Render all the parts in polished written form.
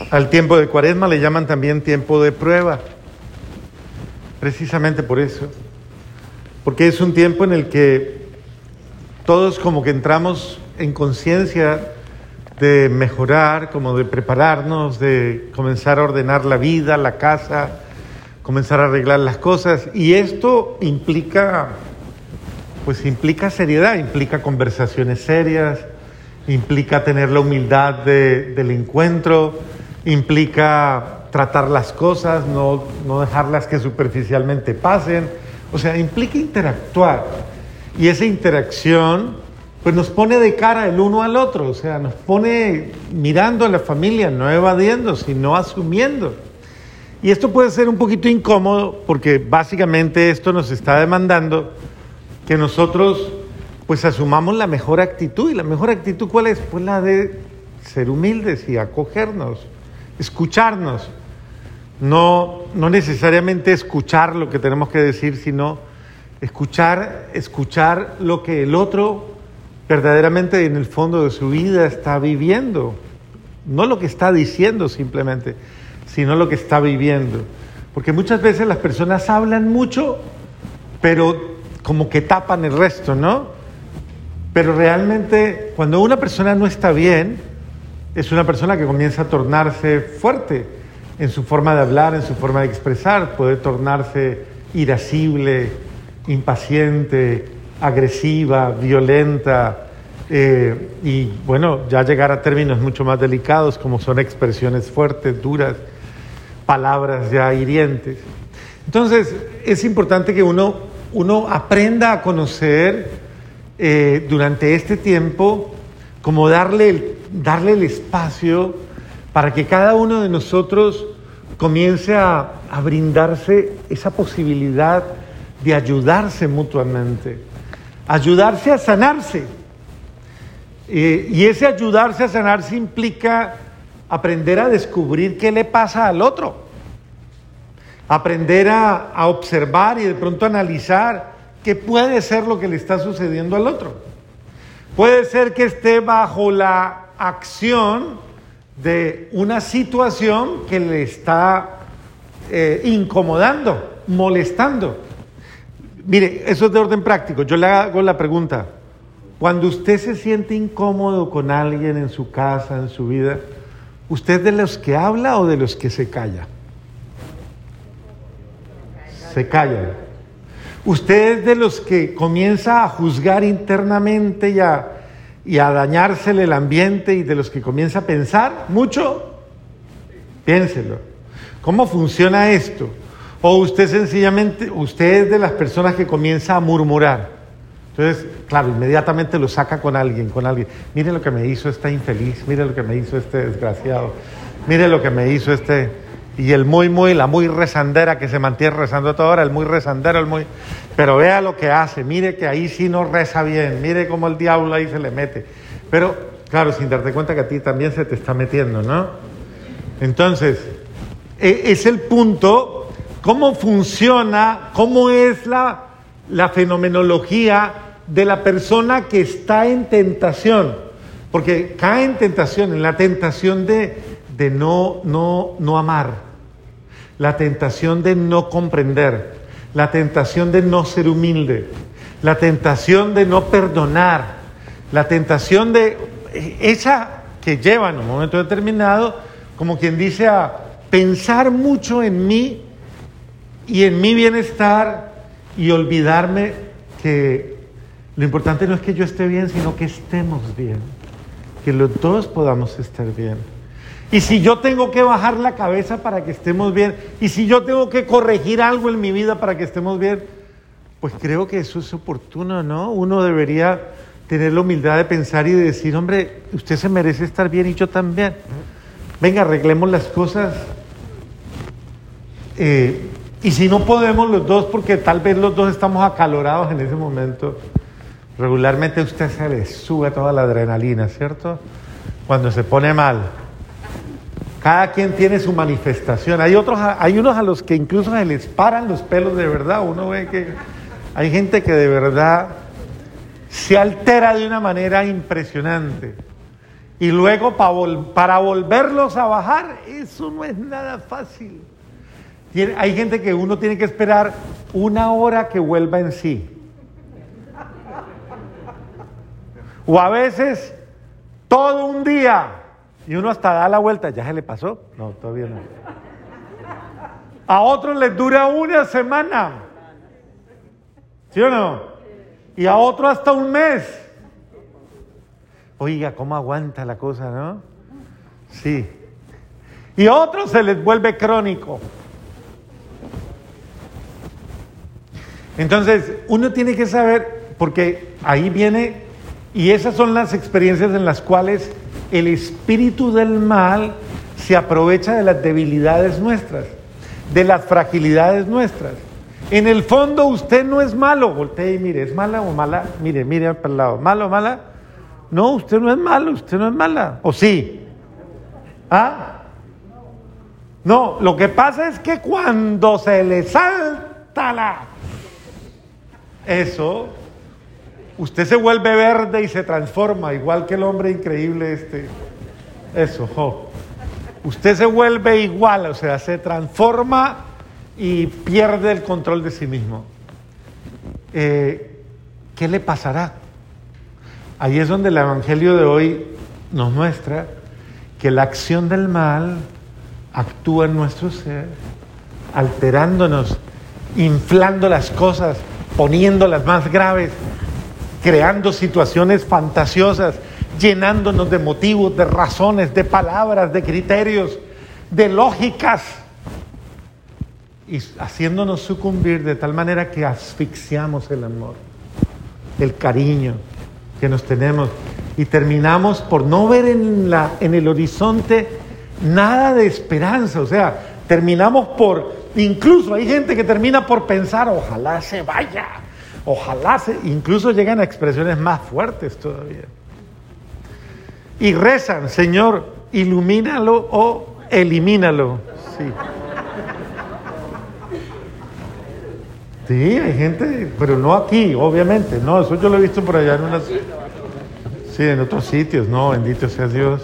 Al tiempo de Cuaresma le llaman también tiempo de prueba, precisamente por eso, porque es un tiempo en el que todos como que entramos en conciencia de mejorar, como de prepararnos, de comenzar a ordenar la vida, la casa, comenzar a arreglar las cosas, y esto implica seriedad, implica conversaciones serias, implica tener la humildad del encuentro, implica tratar las cosas, no dejarlas que superficialmente pasen, o sea, implica interactuar, y esa interacción pues nos pone de cara el uno al otro, o sea, nos pone mirando a la familia, no evadiendo, sino asumiendo. Y esto puede ser un poquito incómodo porque básicamente esto nos está demandando que nosotros pues asumamos la mejor actitud. ¿Y la mejor actitud cuál es? Pues la de ser humildes y acogernos, escucharnos. No necesariamente escuchar lo que tenemos que decir, sino escuchar lo que el otro verdaderamente en el fondo de su vida está viviendo. No lo que está diciendo simplemente, sino lo que está viviendo. Porque muchas veces las personas hablan mucho, pero como que tapan el resto, ¿no? Pero realmente cuando una persona no está bien, es una persona que comienza a tornarse fuerte en su forma de hablar, en su forma de expresar, puede tornarse irascible, impaciente, agresiva, violenta, y bueno, ya llegar a términos mucho más delicados como son expresiones fuertes, duras, palabras ya hirientes. Entonces es importante que uno aprenda a conocer durante este tiempo, como darle el espacio para que cada uno de nosotros comience a brindarse esa posibilidad de ayudarse mutuamente, ayudarse a sanarse. Y ese ayudarse a sanarse implica aprender a descubrir qué le pasa al otro, aprender a observar y de pronto analizar qué puede ser lo que le está sucediendo al otro. Puede ser que esté bajo la acción de una situación que le está incomodando, molestando. Mire, eso es de orden práctico. Yo le hago la pregunta: cuando usted se siente incómodo con alguien en su casa, en su vida, ¿usted es de los que habla o de los que se calla? Se calla. ¿Usted es de los que comienza a juzgar internamente y a dañársele el ambiente, y de los que comienza a pensar mucho? Piénselo. ¿Cómo funciona esto? O usted es de las personas que comienza a murmurar. Entonces, claro, inmediatamente lo saca con alguien. Mire lo que me hizo este infeliz, mire lo que me hizo este desgraciado, mire lo que me hizo este... Y la muy rezandera que se mantiene rezando a toda hora, el muy rezandero, pero vea lo que hace, mire que ahí sí no reza bien, mire cómo el diablo ahí se le mete. Pero, claro, sin darte cuenta que a ti también se te está metiendo, ¿no? Entonces, es el punto, cómo funciona, cómo es la fenomenología de la persona que está en tentación, porque cae en tentación, en la tentación de no amar, la tentación de no comprender, la tentación de no ser humilde, la tentación de no perdonar, la tentación de esa que lleva en un momento determinado, como quien dice, a pensar mucho en mí y en mi bienestar y olvidarme que lo importante no es que yo esté bien, sino que estemos bien, que los dos podamos estar bien. Y si yo tengo que bajar la cabeza para que estemos bien, y si yo tengo que corregir algo en mi vida para que estemos bien, pues creo que eso es oportuno, ¿no? Uno debería tener la humildad de pensar y de decir: hombre, usted se merece estar bien y yo también. Venga, arreglemos las cosas. Y si no podemos los dos, porque tal vez los dos estamos acalorados en ese momento, regularmente a usted se le sube toda la adrenalina, ¿cierto? Cuando se pone mal. Cada quien tiene su manifestación. Hay unos a los que incluso se les paran los pelos de verdad. Uno ve que hay gente que de verdad se altera de una manera impresionante. Y luego para volverlos a bajar, eso no es nada fácil. Hay gente que uno tiene que esperar 1 hora que vuelva en sí. O a veces todo un día. Y uno hasta da la vuelta. ¿Ya se le pasó? No, todavía no. A otros les dura 1 semana. ¿Sí o no? Y a otro hasta 1 mes. Oiga, ¿cómo aguanta la cosa, no? Sí. Y a otros se les vuelve crónico. Entonces, uno tiene que saber, porque ahí viene, y esas son las experiencias en las cuales el espíritu del mal se aprovecha de las debilidades nuestras, de las fragilidades nuestras. En el fondo usted no es malo, voltee y mire, ¿es mala o mala? Mire para el lado, ¿malo o mala? No, usted no es malo, usted no es mala, ¿o sí? ¿Ah? No, lo que pasa es que cuando se le salta eso, usted se vuelve verde y se transforma, igual que el hombre increíble Eso. Usted se vuelve igual, o sea, se transforma y pierde el control de sí mismo. ¿Qué le pasará? Ahí es donde el Evangelio de hoy nos muestra que la acción del mal actúa en nuestro ser, alterándonos, inflando las cosas, poniéndolas más graves, creando situaciones fantasiosas, llenándonos de motivos, de razones, de palabras, de criterios, de lógicas, y haciéndonos sucumbir de tal manera que asfixiamos el amor, el cariño que nos tenemos, y terminamos por no ver en el horizonte nada de esperanza. O sea, terminamos incluso hay gente que termina por pensar, ojalá se vaya, incluso llegan a expresiones más fuertes todavía. Y rezan, Señor, ilumínalo o elimínalo. Sí, hay gente, pero no aquí, obviamente, no, eso yo lo he visto por allá en otros sitios, no, bendito sea Dios.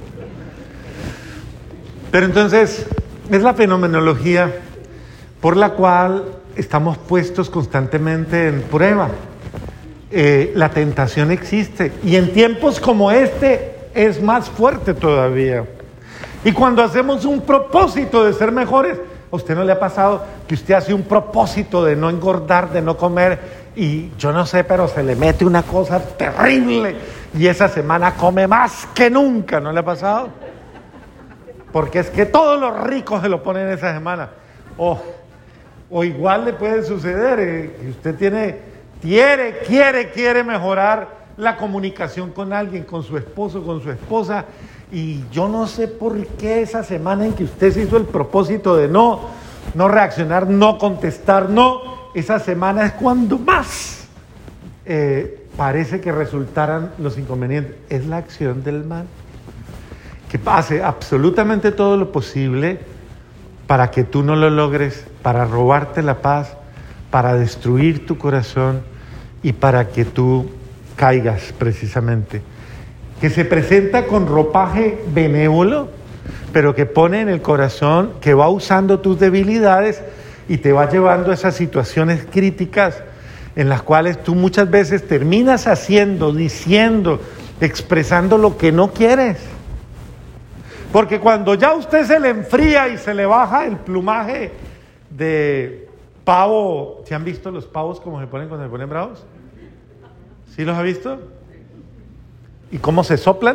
Pero entonces, es la fenomenología por la cual estamos puestos constantemente en prueba. La tentación existe, y en tiempos como este es más fuerte todavía. Y cuando hacemos un propósito de ser mejores, ¿a usted no le ha pasado que usted hace un propósito de no engordar, de no comer, y yo no sé, pero se le mete una cosa terrible y esa semana come más que nunca? ¿No le ha pasado? Porque es que todos los ricos se lo ponen esa semana. O igual le puede suceder que usted quiere mejorar la comunicación con alguien, con su esposo, con su esposa, y yo no sé por qué esa semana en que usted se hizo el propósito de no reaccionar, no contestar, esa semana es cuando más parece que resultaran los inconvenientes. Es la acción del mal, que hace absolutamente todo lo posible para que tú no lo logres, para robarte la paz, para destruir tu corazón y para que tú caigas precisamente. Que se presenta con ropaje benévolo, pero que pone en el corazón, que va usando tus debilidades y te va llevando a esas situaciones críticas en las cuales tú muchas veces terminas haciendo, diciendo, expresando lo que no quieres. Porque cuando ya a usted se le enfría y se le baja el plumaje de pavo, ¿se han visto los pavos cómo se ponen cuando se ponen bravos? ¿Sí los ha visto? ¿Y cómo se soplan?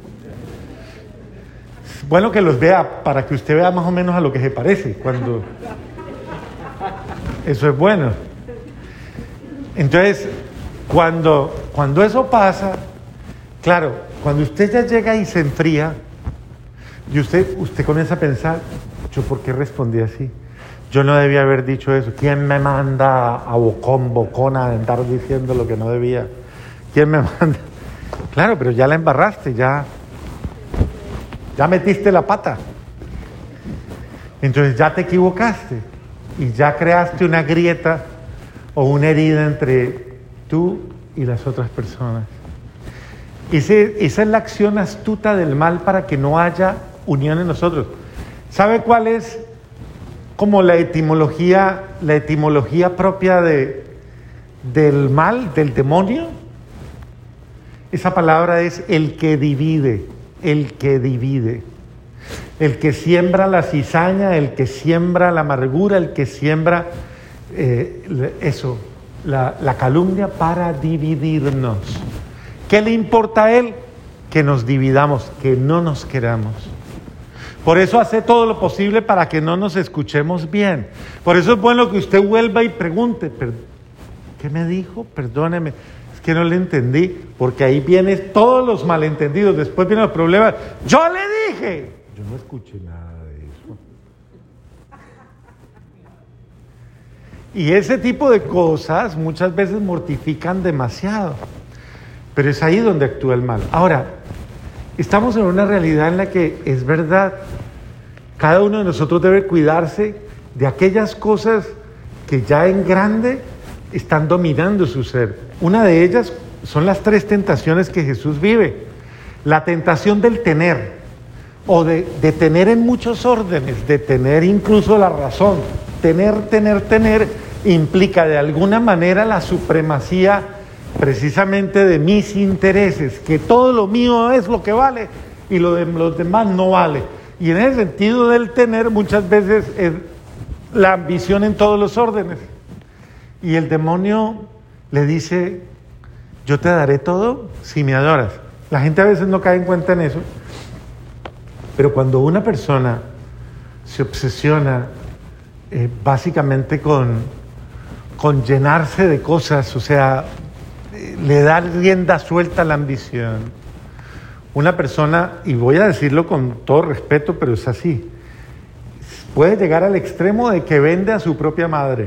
Bueno que los vea, para que usted vea más o menos a lo que se parece cuando... Eso es bueno. Entonces, cuando eso pasa, claro, cuando usted ya llega y se enfría, y usted comienza a pensar, ¿yo por qué respondí así? Yo no debía haber dicho eso. ¿Quién me manda a bocona a andar diciendo lo que no debía? ¿Quién me manda? Claro, pero ya la embarraste, ya metiste la pata. Entonces ya te equivocaste y ya creaste una grieta o una herida entre tú y las otras personas. Esa es la acción astuta del mal para que no haya unión en nosotros. ¿Sabe cuál es como la etimología propia del mal, del demonio? Esa palabra es el que divide, el que divide. El que siembra la cizaña, el que siembra la amargura, el que siembra la calumnia para dividirnos. ¿Qué le importa a él? Que nos dividamos, que no nos queramos. Por eso hace todo lo posible para que no nos escuchemos bien. Por eso es bueno que usted vuelva y pregunte, ¿qué me dijo? Perdóneme, es que no le entendí, porque ahí vienen todos los malentendidos, después vienen los problemas. Yo le dije, yo no escuché nada de eso. Y ese tipo de cosas muchas veces mortifican demasiado, pero es ahí donde actúa el mal. Ahora, estamos en una realidad en la que es verdad, cada uno de nosotros debe cuidarse de aquellas cosas que ya en grande están dominando su ser. Una de ellas son las 3 tentaciones que Jesús vive. La tentación del tener, o de tener en muchos órdenes, de tener incluso la razón. Tener implica de alguna manera la supremacía precisamente de mis intereses, que todo lo mío es lo que vale y lo de los demás no vale. Y en ese sentido del tener muchas veces es la ambición en todos los órdenes. Y el demonio le dice, yo te daré todo si me adoras. La gente a veces no cae en cuenta en eso, pero cuando una persona se obsesiona básicamente con llenarse de cosas, o sea, le da rienda suelta a la ambición. Una persona, y voy a decirlo con todo respeto, pero es así, puede llegar al extremo de que vende a su propia madre.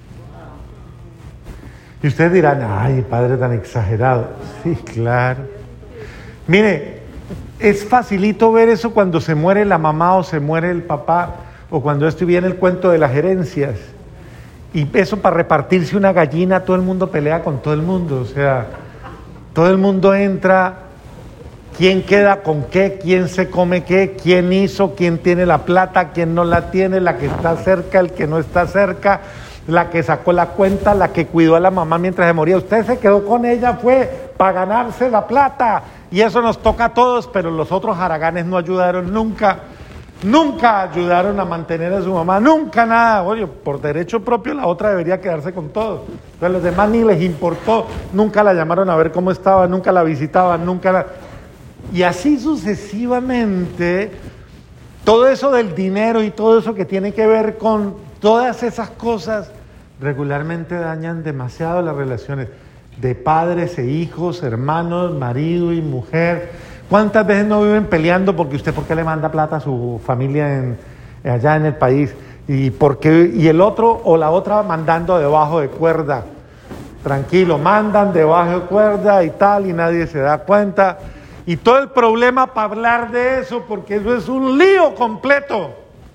Y ustedes dirán, ay, padre tan exagerado. Sí, claro. Mire, es facilito ver eso cuando se muere la mamá o se muere el papá, o cuando esto viene el cuento de las herencias. Y eso para repartirse una gallina, todo el mundo pelea con todo el mundo. O sea, todo el mundo entra, quién queda con qué, quién se come qué, quién hizo, quién tiene la plata, quién no la tiene, la que está cerca, el que no está cerca, la que sacó la cuenta, la que cuidó a la mamá mientras se moría. Usted se quedó con ella, fue para ganarse la plata. Y eso nos toca a todos, pero los otros haraganes no ayudaron nunca. Nunca ayudaron a mantener a su mamá, nunca nada. Oye, por derecho propio la otra debería quedarse con todo. Entonces los demás ni les importó, nunca la llamaron a ver cómo estaba, nunca la visitaban, nunca la... Y así sucesivamente, todo eso del dinero y todo eso que tiene que ver con todas esas cosas, regularmente dañan demasiado las relaciones de padres e hijos, hermanos, marido y mujer. ¿Cuántas veces no viven peleando porque usted por qué le manda plata a su familia allá en el país? Y el otro o la otra mandando debajo de cuerda. Tranquilo, mandan debajo de cuerda y tal, y nadie se da cuenta. Y todo el problema para hablar de eso, porque eso es un lío completo.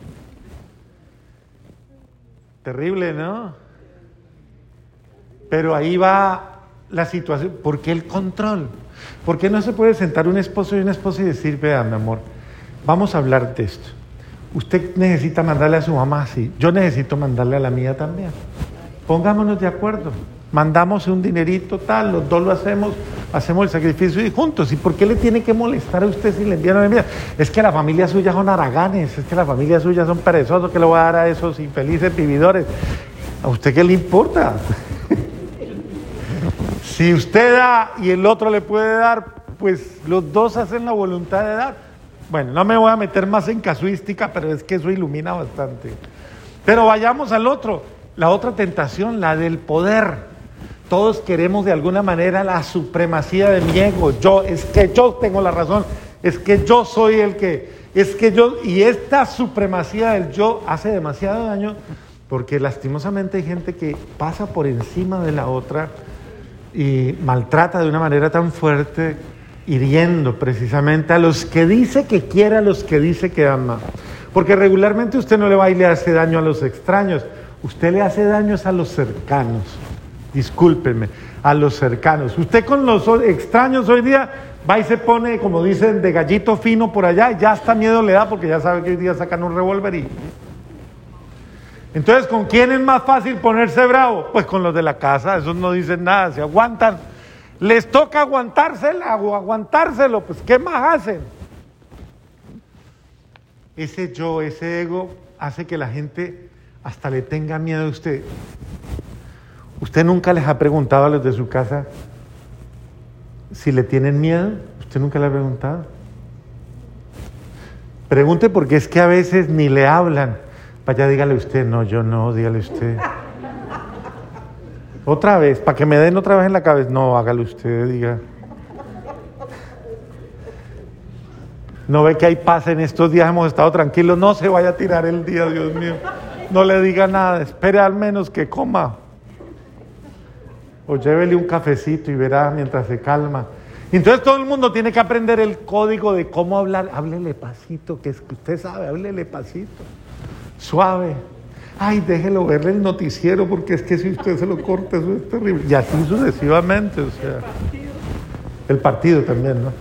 Terrible, ¿no? Pero ahí va la situación. ¿Por qué el control? ¿Por qué no se puede sentar un esposo y una esposa y decir, vea, mi amor, vamos a hablar de esto? Usted necesita mandarle a su mamá, sí. Yo necesito mandarle a la mía también. Pongámonos de acuerdo. Mandamos un dinerito, tal, los dos lo hacemos el sacrificio y juntos. ¿Y por qué le tiene que molestar a usted si le envían una envía? Es que la familia suya son haraganes, es que la familia suya son perezosos, ¿qué le voy a dar a esos infelices vividores? ¿A usted qué le importa? Si usted da y el otro le puede dar, pues los dos hacen la voluntad de dar. Bueno, no me voy a meter más en casuística, pero es que eso ilumina bastante. Pero vayamos al otro, la otra tentación, la del poder. Todos queremos de alguna manera la supremacía de mi ego. Es que yo tengo la razón, es que yo soy el que, y esta supremacía del yo hace demasiado daño, porque lastimosamente hay gente que pasa por encima de la otra y maltrata de una manera tan fuerte, hiriendo precisamente a los que dice que quiere, a los que dice que ama. Porque regularmente usted no le va y le hace daño a los extraños, usted le hace daños a los cercanos. Discúlpenme, a los cercanos. Usted con los extraños hoy día va y se pone, como dicen, de gallito fino por allá, y ya hasta miedo le da porque ya sabe que hoy día sacan un revólver y... Entonces, ¿con quién es más fácil ponerse bravo? Pues con los de la casa, esos no dicen nada, se aguantan. Les toca aguantársela o aguantárselo, pues ¿qué más hacen? Ese yo, ese ego, hace que la gente hasta le tenga miedo a usted. ¿Usted nunca les ha preguntado a los de su casa si le tienen miedo? ¿Usted nunca le ha preguntado? Pregunte, porque es que a veces ni le hablan. Vaya, dígale usted. No, yo no, dígale usted. Otra vez, para que me den otra vez en la cabeza. No, hágalo usted, diga. ¿No ve que hay paz en estos días? Hemos estado tranquilos. No se vaya a tirar el día, Dios mío. No le diga nada, espere al menos que coma. O llévele un cafecito y verá mientras se calma. Entonces todo el mundo tiene que aprender el código de cómo hablar. Háblele pasito, que es que usted sabe, háblele pasito. Suave. Ay, déjelo verle el noticiero, porque es que si usted se lo corta, eso es terrible. Y así sucesivamente, o sea. El partido también, ¿no?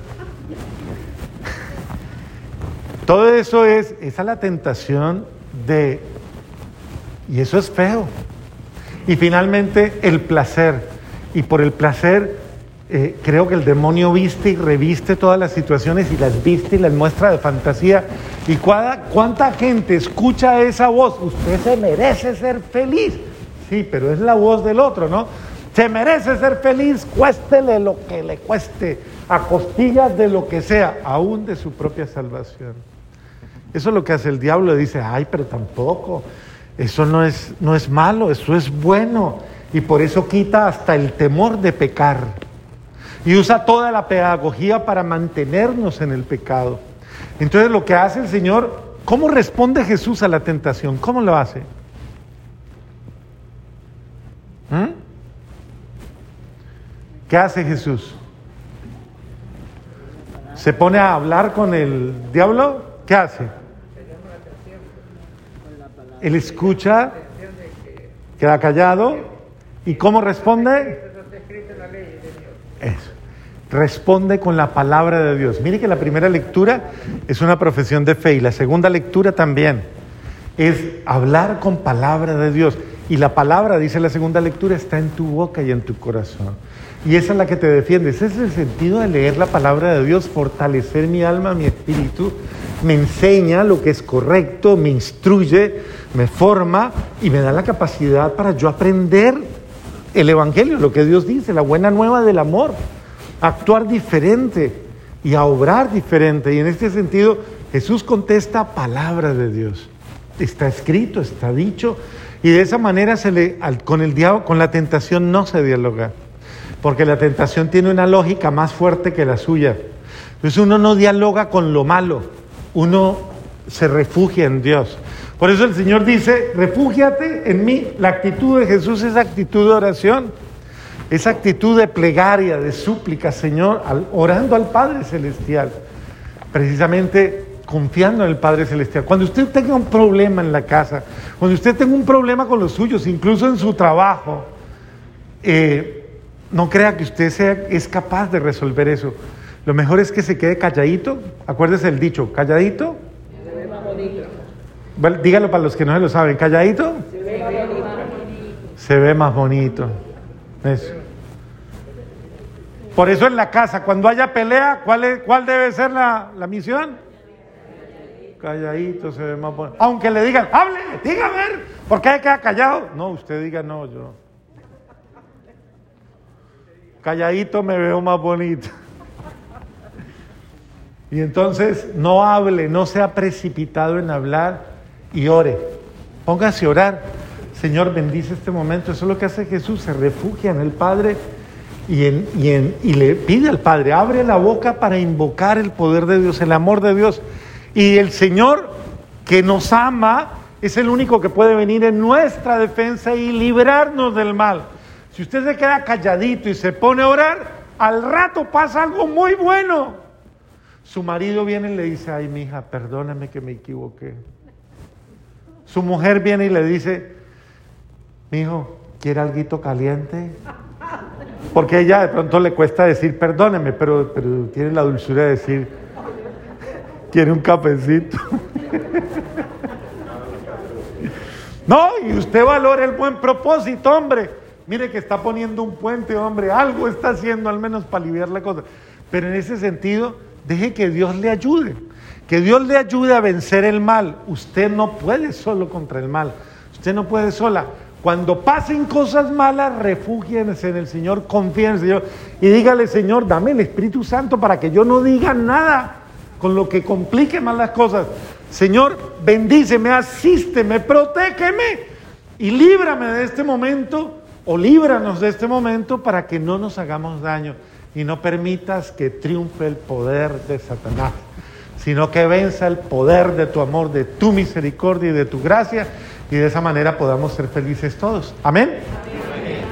Todo eso esa es la tentación de... Y eso es feo. Y finalmente, el placer. Y por el placer, creo que el demonio viste y reviste todas las situaciones y las viste y las muestra de fantasía. ¿Y cuánta gente escucha esa voz? Usted se merece ser feliz. Sí, pero es la voz del otro, ¿no? Se merece ser feliz, cuéstele lo que le cueste, a costillas de lo que sea, aún de su propia salvación. Eso es lo que hace el diablo, dice, ay, pero tampoco, eso no es malo, eso es bueno. Y por eso quita hasta el temor de pecar. Y usa toda la pedagogía para mantenernos en el pecado. Entonces lo que hace el Señor, ¿cómo responde Jesús a la tentación? ¿Cómo lo hace? ¿Qué hace Jesús? ¿Se pone a hablar con el diablo? ¿Qué hace? Él escucha, queda callado. ¿Y cómo responde? Eso. Responde con la palabra de Dios. Mire que la primera lectura es una profesión de fe y la segunda lectura también es hablar con palabra de Dios. Y la palabra, dice la segunda lectura, está en tu boca y en tu corazón. Y esa es la que te defiende. Ese es el sentido de leer la palabra de Dios, fortalecer mi alma, mi espíritu. Me enseña lo que es correcto, me instruye, me forma y me da la capacidad para yo aprender el Evangelio, lo que Dios dice, la buena nueva del amor, a actuar diferente y a obrar diferente. Y en este sentido, Jesús contesta palabra de Dios. Está escrito, está dicho, y de esa manera con el diablo, con la tentación no se dialoga, porque la tentación tiene una lógica más fuerte que la suya. Entonces uno no dialoga con lo malo, uno se refugia en Dios. Por eso el Señor dice, refúgiate en mí. La actitud de Jesús es actitud de oración, es actitud de plegaria, de súplica, Señor, orando al Padre Celestial, precisamente confiando en el Padre Celestial. Cuando usted tenga un problema en la casa, cuando usted tenga un problema con los suyos, incluso en su trabajo, no crea que usted es capaz de resolver eso. Lo mejor es que se quede calladito. Acuérdese el dicho, calladito. Se ve más bonito. Bueno, dígalo para los que no se lo saben, calladito. Se ve más bonito. Se ve más bonito. Eso. Por eso en la casa, cuando haya pelea, ¿cuál debe ser la misión? Calladito, se ve más bonito. Aunque le digan, hable, diga a ver, ¿por qué queda callado? No, usted diga no, yo. Calladito me veo más bonito. Y entonces no hable, no sea precipitado en hablar y ore. Póngase a orar. Señor, bendice este momento. Eso es lo que hace Jesús, se refugia en el Padre y le pide al Padre, abre la boca para invocar el poder de Dios, el amor de Dios. Y el Señor, que nos ama, es el único que puede venir en nuestra defensa y librarnos del mal. Si usted se queda calladito y se pone a orar, al rato pasa algo muy bueno. Su marido viene y le dice, ay, mi hija, perdóname que me equivoqué. Su mujer viene y le dice, mi hijo, ¿quiere alguito caliente? Porque a ella de pronto le cuesta decir perdóneme, pero tiene la dulzura de decir, quiere un cafecito. No, y usted valora el buen propósito, hombre. Mire que está poniendo un puente, hombre, algo está haciendo al menos para aliviar la cosa. Pero en ese sentido, deje que Dios le ayude. Que Dios le ayude a vencer el mal. Usted no puede solo contra el mal. Usted no puede sola. Cuando pasen cosas malas, refúgiense en el Señor, confíen en el Señor y dígale, Señor, dame el Espíritu Santo para que yo no diga nada con lo que complique más las cosas. Señor, bendíceme, asísteme, protégeme y líbrame de este momento, o líbranos de este momento para que no nos hagamos daño y no permitas que triunfe el poder de Satanás, sino que venza el poder de tu amor, de tu misericordia y de tu gracia, y de esa manera podamos ser felices todos. Amén.